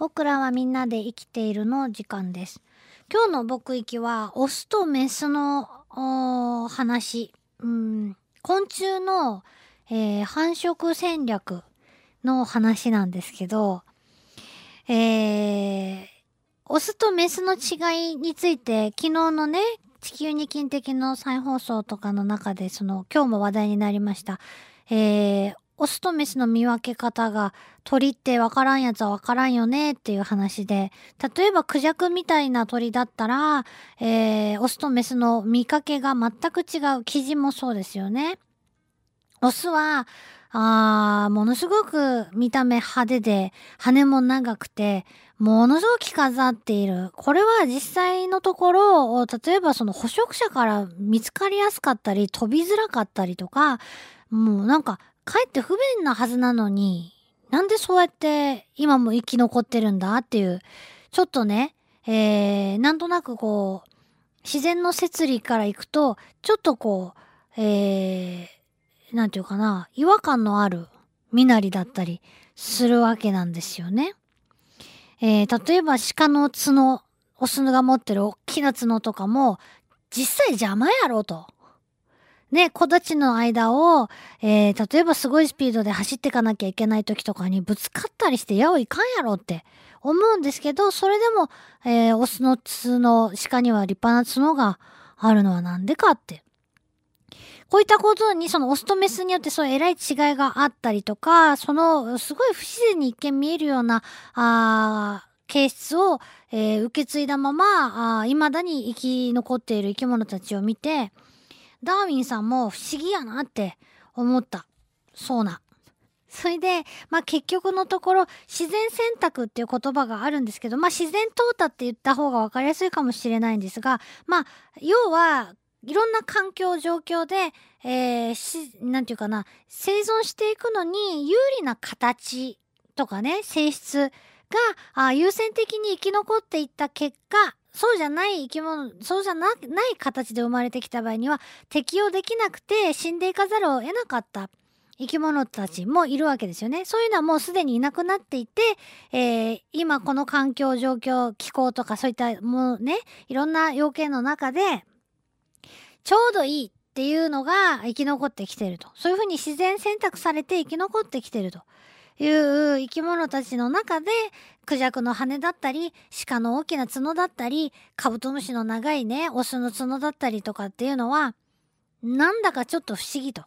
僕らはみんなで生きているの時間です。今日の僕域はオスとメスの話、昆虫の、繁殖戦略の話なんですけど、えーオスとメスの違いについて昨日のね、地球に金的の再放送とかの中で今日も話題になりました。オスとメスの見分け方が鳥ってわからんやつはわからんよねっていう話で、例えばクジャクみたいな鳥だったら、オスとメスの見かけが全く違う。キジもそうですよね。オスは、ものすごく見た目派手で、羽も長くて、ものすごく着飾っている。これは実際のところ、例えばその捕食者から見つかりやすかったり、飛びづらかったりとか、もうなんか、かえって不便なはずなのに、なんでそうやって今も生き残ってるんだっていう、ちょっとね、なんとなくこう、自然の摂理からいくと、ちょっとこう、なんていうかな、違和感のある身なりだったりするわけなんですよね。例えば鹿の角、オスが持ってる大きな角とかも、実際邪魔やろと。ね、木立の間を、例えばすごいスピードで走っていかなきゃいけない時とかにぶつかったりしてやおいかんやろって思うんですけど、それでも、オスの角、鹿には立派な角があるのはなんでかって。こういったことに、そのオスとメスによってそういう偉い違いがあったりとか、すごい不自然に一見見えるような、形質を、受け継いだまま、未だに生き残っている生き物たちを見て、ダーウィンさんも不思議やなって思った。そうな。それで、結局のところ、自然選択っていう言葉があるんですけど、自然淘汰って言った方が分かりやすいかもしれないんですが、要は、いろんな環境、状況で、なんていうかな、生存していくのに有利な形とかね、性質が優先的に生き残っていった結果、そうじゃない生き物、そうじゃない形で生まれてきた場合には適応できなくて死んでいかざるを得なかった生き物たちもいるわけですよね。そういうのはもうすでにいなくなっていて、今この環境、状況、気候とかそういったもうね、いろんな要件の中でちょうどいいっていうのが生き残ってきていると。そういうふうに自然選択されて生き残ってきているという生き物たちの中で、クジャクの羽だったり、鹿の大きな角だったり、カブトムシの長いね、オスの角だったりとかっていうのは、なんだかちょっと不思議と。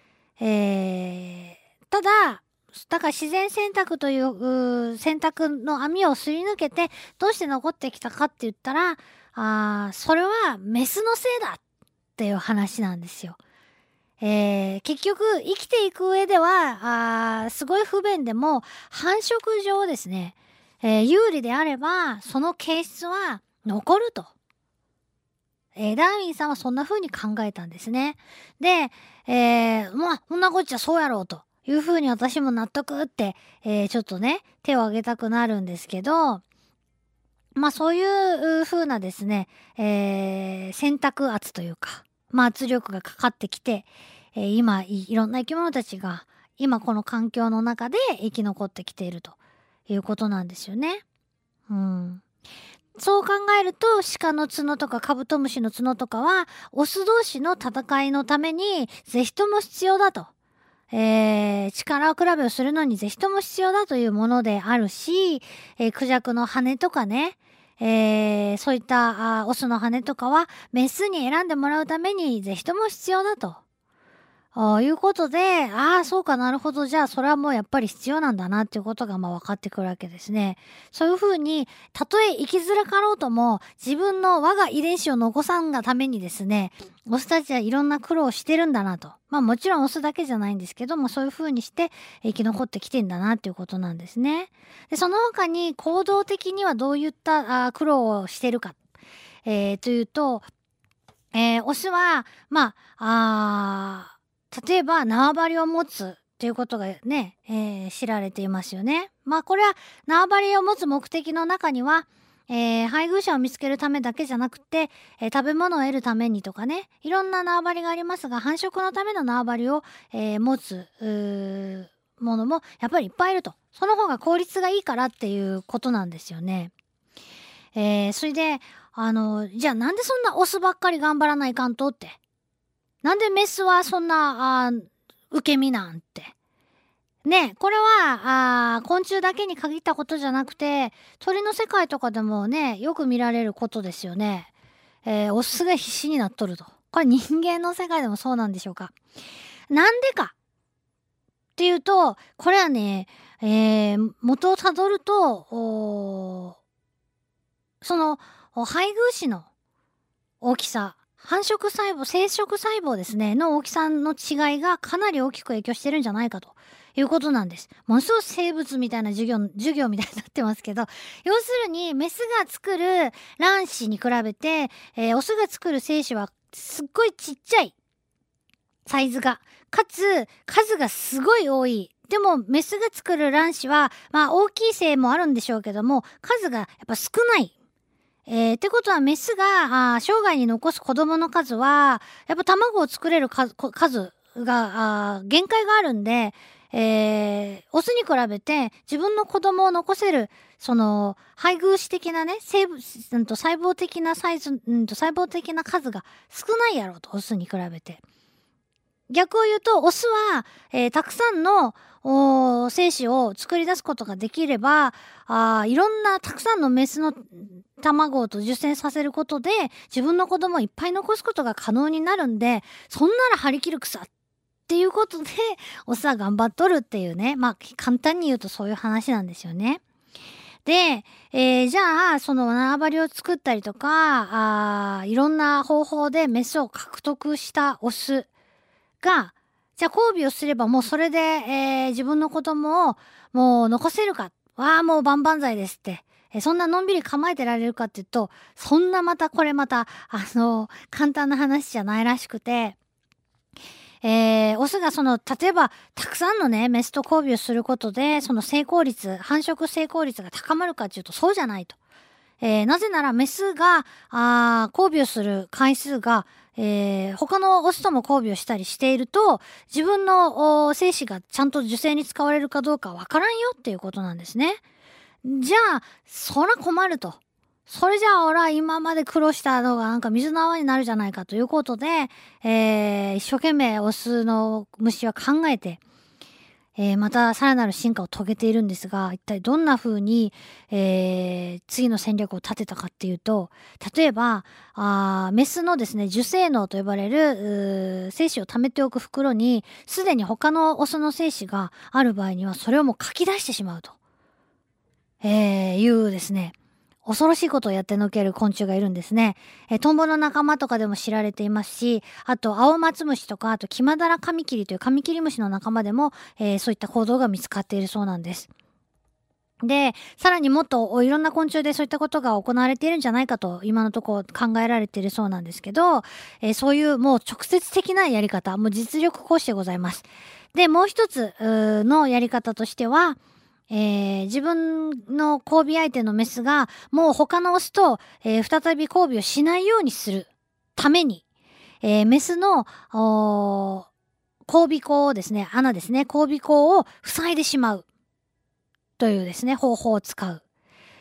ただ、だから自然選択という選択の網をすり抜けて、どうして残ってきたかって言ったら、それはメスのせいだっていう話なんですよ。結局生きていく上ではすごい不便でも繁殖上ですね、有利であればその形質は残ると、ダーウィンさんはそんな風に考えたんですね。で、こんなこっちゃそうやろうという風に私も納得って、ちょっとね手を挙げたくなるんですけど、そういう風なですね、選択圧というか、圧力がかかってきて、今いろんな生き物たちが今この環境の中で生き残ってきているということなんですよね。うん。そう考えると鹿の角とかカブトムシの角とかはオス同士の戦いのためにぜひとも必要だと。力比べをするのにぜひとも必要だというものであるし、クジャクの羽とかね、そういったオスの羽とかはメスに選んでもらうためにぜひとも必要だと。いうことで、そうかなるほど、じゃあそれはもうやっぱり必要なんだなっていうことが分かってくるわけですね。そういうふうに、たとえ生きづらかろうとも、自分の我が遺伝子を残さんがためにですね、オスたちはいろんな苦労をしてるんだなと。もちろんオスだけじゃないんですけども、そういうふうにして生き残ってきてんだなっていうことなんですね。で、その他に行動的にはどういった苦労をしてるか、というと、オスは、例えば縄張りを持つということがね、知られていますよね。これは縄張りを持つ目的の中には、配偶者を見つけるためだけじゃなくて、食べ物を得るためにとかね、いろんな縄張りがありますが、繁殖のための縄張りを、持つ、 ものもやっぱりいっぱいいると。その方が効率がいいからっていうことなんですよね。それで、じゃあなんでそんなオスばっかり頑張らないかんとって。なんでメスはそんな、受け身なんて。ね、これは、昆虫だけに限ったことじゃなくて、鳥の世界とかでもね、よく見られることですよね。オスが必死になっとると。これ人間の世界でもそうなんでしょうか。なんでかっていうと、これはね、元をたどると、その、配偶子の大きさ、繁殖細胞、生殖細胞ですね、の大きさの違いがかなり大きく影響してるんじゃないかということなんです。ものすごい生物みたいな授業みたいになってますけど、要するにメスが作る卵子に比べて、オスが作る精子はすっごいちっちゃいサイズが、かつ数がすごい多い。でもメスが作る卵子は、まあ大きいせいもあるんでしょうけども、数がやっぱ少ない。ってことはメスが生涯に残す子供の数はやっぱ卵を作れる数が限界があるんで、オスに比べて自分の子供を残せるその配偶子的なね細胞的なサイズ、細胞的な数が少ないやろうと、オスに比べて。逆を言うと、オスは、たくさんの精子を作り出すことができれば、いろんなたくさんのメスの卵と受精させることで、自分の子供をいっぱい残すことが可能になるんで、そんなら張り切る草っていうことで、オスは頑張っとるっていうね。まあ、簡単に言うとそういう話なんですよね。で、じゃあ、その縄張りを作ったりとか、いろんな方法でメスを獲得したオスが、じゃあ交尾をすればもうそれで、自分の子供をもう残せるか。わあ、もう万々歳ですって。そんなのんびり構えてられるかっていうと、そんなこれまた、簡単な話じゃないらしくて、オスが例えば、たくさんのね、メスと交尾をすることで、その成功率、繁殖成功率が高まるかっていうと、そうじゃないと。なぜならメスが交尾をする回数が、他のオスとも交尾をしたりしていると、自分の精子がちゃんと受精に使われるかどうかわからんよっていうことなんですね。じゃあ、そら困ると。それじゃあ、俺は今まで苦労したのがなんか水の泡になるじゃないかということで、一生懸命オスの虫は考えて、またさらなる進化を遂げているんですが、一体どんな風に、次の戦略を立てたかっていうと、例えば、メスのですね、受精嚢と呼ばれる、精子を溜めておく袋に、すでに他のオスの精子がある場合には、それをもう書き出してしまうと、いうですね、恐ろしいことをやってのける昆虫がいるんですね。トンボの仲間とかでも知られていますし、あと、青松虫とか、あと、キマダラカミキリというカミキリムシの仲間でも、そういった行動が見つかっているそうなんです。で、さらにもっといろんな昆虫でそういったことが行われているんじゃないかと、今のところ考えられているそうなんですけど、そういうもう直接的なやり方、もう実力行使でございます。で、もう一つのやり方としては、自分の交尾相手のメスがもう他のオスと、再び交尾をしないようにするために、メスの交尾口をですね、穴ですね、交尾口を塞いでしまうというですね、方法を使う。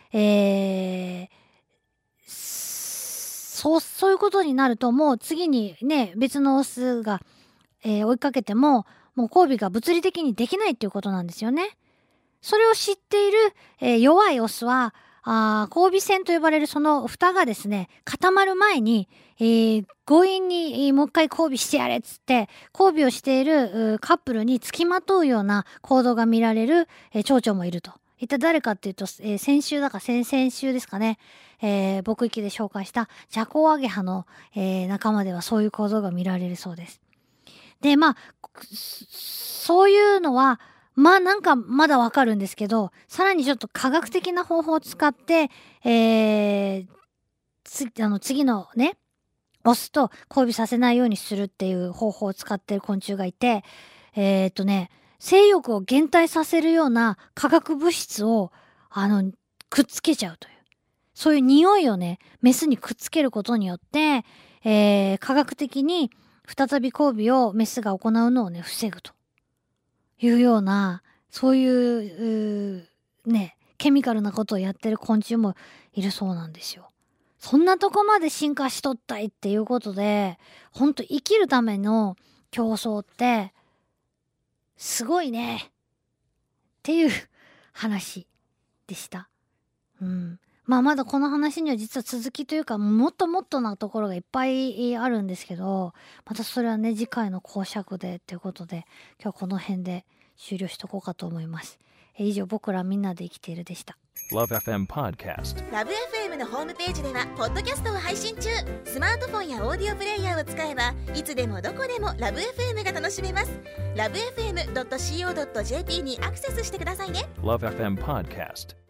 そういうことになるともう次にね、別のオスが、追いかけても、もう交尾が物理的にできないっていうことなんですよね。それを知っている、弱いオスは、交尾腺と呼ばれるその蓋がですね、固まる前に、強引に、もう一回交尾してやれっつって、交尾をしているカップルに付きまとうような行動が見られる、蝶々もいると。一体誰かっていうと、先週だか先々週ですかね、牧域で紹介したジャコウアゲハの、仲間ではそういう行動が見られるそうです。で、まあ、そういうのは、まあなんかまだわかるんですけど、さらにちょっと科学的な方法を使って、次のね、オスと交尾させないようにするっていう方法を使ってる昆虫がいて、性欲を減退させるような化学物質を、くっつけちゃうという。そういう匂いをね、メスにくっつけることによって、科学的に再び交尾をメスが行うのをね、防ぐというような、そういうね、ケミカルなことをやってる昆虫もいるそうなんですよ。そんなとこまで進化しとったいっていうことで、ほんと生きるための競争ってすごいねっていう話でした。まあまだこの話には実は続きというか、もっともっとなところがいっぱいあるんですけど、またそれはね、次回の講釈でということで、今日この辺で終了しとこうかと思います。以上、僕らみんなで生きているでした。 LoveFM Podcast。 ラブ FM のホームページではポッドキャストを配信中。スマートフォンやオーディオプレイヤーを使えばいつでもどこでもラブ FM が楽しめます。ラブ FM.co.jp にアクセスしてくださいね。 LoveFM Podcast。